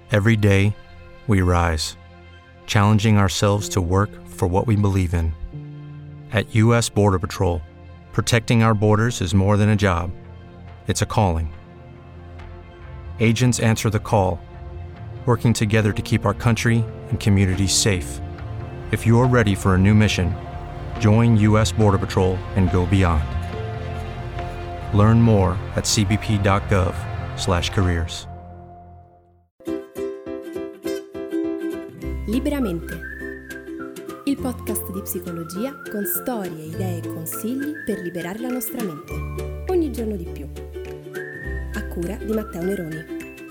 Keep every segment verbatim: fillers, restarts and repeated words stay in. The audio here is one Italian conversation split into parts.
Every day, we rise, challenging ourselves to work for what we believe in. At U S Border Patrol, protecting our borders is more than a job, it's a calling. Agents answer the call, working together to keep our country and communities safe. If you're ready for a new mission, join U S Border Patrol and go beyond. Learn more at c b p dot gov slash careers. Liberamente, il podcast di psicologia con storie, idee e consigli per liberare la nostra mente, ogni giorno di più. A cura di Matteo Neroni.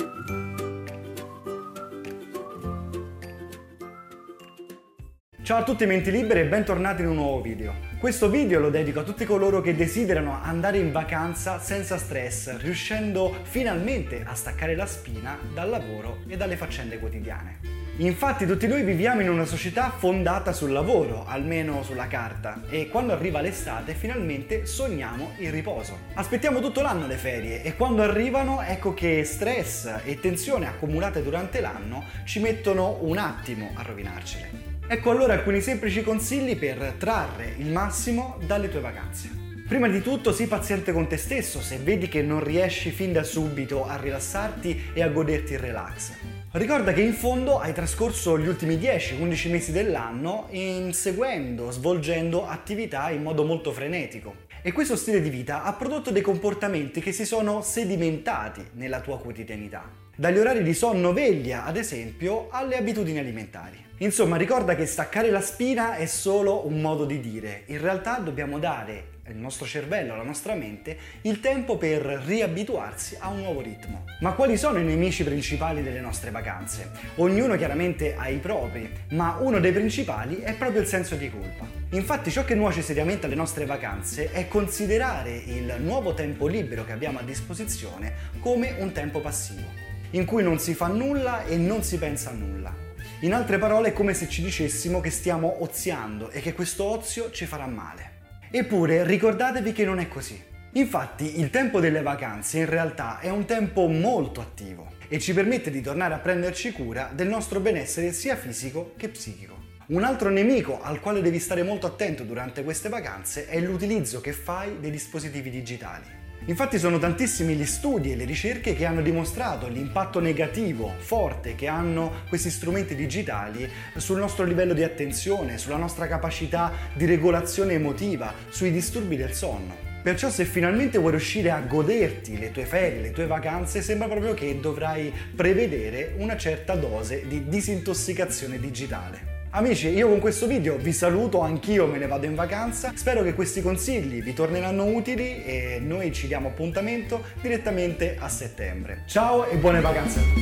Ciao a tutti menti libere e bentornati in un nuovo video. Questo video lo dedico a tutti coloro che desiderano andare in vacanza senza stress, riuscendo finalmente a staccare la spina dal lavoro e dalle faccende quotidiane. Infatti tutti noi viviamo in una società fondata sul lavoro, almeno sulla carta, e quando arriva l'estate finalmente sogniamo il riposo. Aspettiamo tutto l'anno le ferie e quando arrivano ecco che stress e tensione accumulate durante l'anno ci mettono un attimo a rovinarcele. Ecco allora alcuni semplici consigli per trarre il massimo dalle tue vacanze. Prima di tutto sii paziente con te stesso se vedi che non riesci fin da subito a rilassarti e a goderti il relax. Ricorda che in fondo hai trascorso gli ultimi dieci undici mesi dell'anno inseguendo, svolgendo attività in modo molto frenetico. E questo stile di vita ha prodotto dei comportamenti che si sono sedimentati nella tua quotidianità. Dagli orari di sonno-veglia, ad esempio, alle abitudini alimentari. Insomma, ricorda che staccare la spina è solo un modo di dire. In realtà dobbiamo dare al nostro cervello, alla nostra mente, il tempo per riabituarsi a un nuovo ritmo. Ma quali sono i nemici principali delle nostre vacanze? Ognuno chiaramente ha i propri, ma uno dei principali è proprio il senso di colpa. Infatti ciò che nuoce seriamente alle nostre vacanze è considerare il nuovo tempo libero che abbiamo a disposizione come un tempo passivo, in cui non si fa nulla e non si pensa a nulla. In altre parole è come se ci dicessimo che stiamo oziando e che questo ozio ci farà male. Eppure ricordatevi che non è così. Infatti il tempo delle vacanze in realtà è un tempo molto attivo e ci permette di tornare a prenderci cura del nostro benessere sia fisico che psichico. Un altro nemico al quale devi stare molto attento durante queste vacanze è l'utilizzo che fai dei dispositivi digitali. Infatti sono tantissimi gli studi e le ricerche che hanno dimostrato l'impatto negativo forte che hanno questi strumenti digitali sul nostro livello di attenzione, sulla nostra capacità di regolazione emotiva, sui disturbi del sonno. Perciò se finalmente vuoi riuscire a goderti le tue ferie, le tue vacanze, sembra proprio che dovrai prevedere una certa dose di disintossicazione digitale. Amici, io con questo video vi saluto, anch'io me ne vado in vacanza, spero che questi consigli vi torneranno utili e noi ci diamo appuntamento direttamente a settembre. Ciao e buone vacanze a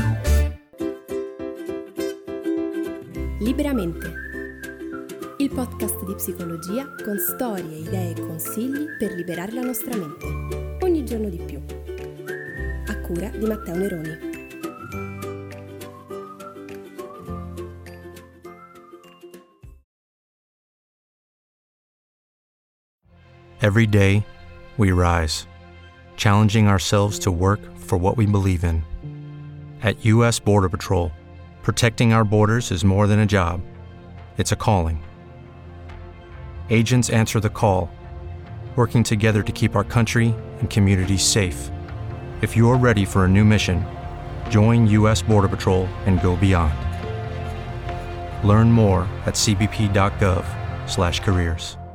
tutti! Liberamente, il podcast di psicologia con storie, idee e consigli per liberare la nostra mente, ogni giorno di più. A cura di Matteo Neroni. Every day, we rise, challenging ourselves to work for what we believe in. At U S Border Patrol, protecting our borders is more than a job, it's a calling. Agents answer the call, working together to keep our country and communities safe. If you're ready for a new mission, join U S Border Patrol and go beyond. Learn more at c b p dot gov slash careers.